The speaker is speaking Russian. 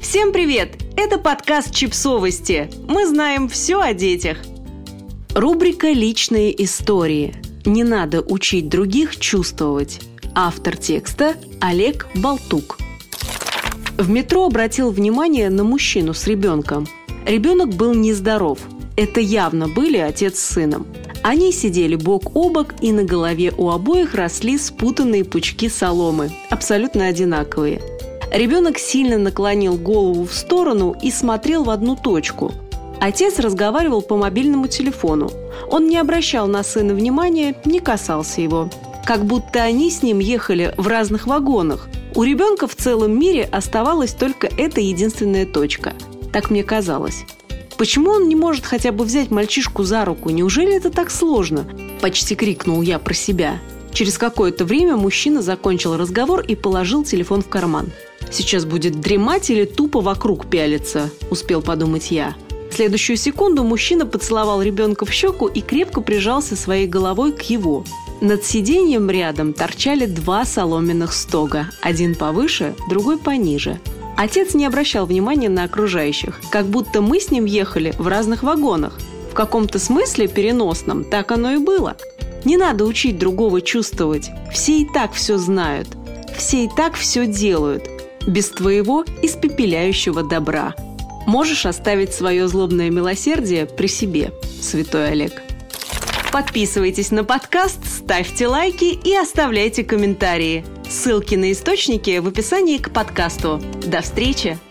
Всем привет! Это подкаст «Чипсовости». Мы знаем все о детях. Рубрика «Личные истории». Не надо учить других чувствовать. Автор текста Олег Болтук. В метро обратил внимание на мужчину с ребенком. Ребенок был нездоров. Это явно были отец с сыном. Они сидели бок о бок, и на голове у обоих росли спутанные пучки соломы, абсолютно одинаковые. Ребенок сильно наклонил голову в сторону и смотрел в одну точку. Отец разговаривал по мобильному телефону. Он не обращал на сына внимания, не касался его. Как будто они с ним ехали в разных вагонах. У ребенка в целом мире оставалась только эта единственная точка. Так мне казалось. «Почему он не может хотя бы взять мальчишку за руку? Неужели это так сложно?» – почти крикнул я про себя. Через какое-то время мужчина закончил разговор и положил телефон в карман. «Сейчас будет дремать или тупо вокруг пялиться», – успел подумать я. В следующую секунду мужчина поцеловал ребенка в щеку и крепко прижался своей головой к его. Над сиденьем рядом торчали два соломенных стога, один повыше, другой пониже. Отец не обращал внимания на окружающих, как будто мы с ним ехали в разных вагонах. В каком-то смысле переносном так оно и было. Не надо учить другого чувствовать. Все и так все знают. Все и так все делают. Без твоего испепеляющего добра. Можешь оставить свое злобное милосердие при себе, святой Олег. Подписывайтесь на подкаст, ставьте лайки и оставляйте комментарии. Ссылки на источники в описании к подкасту. До встречи!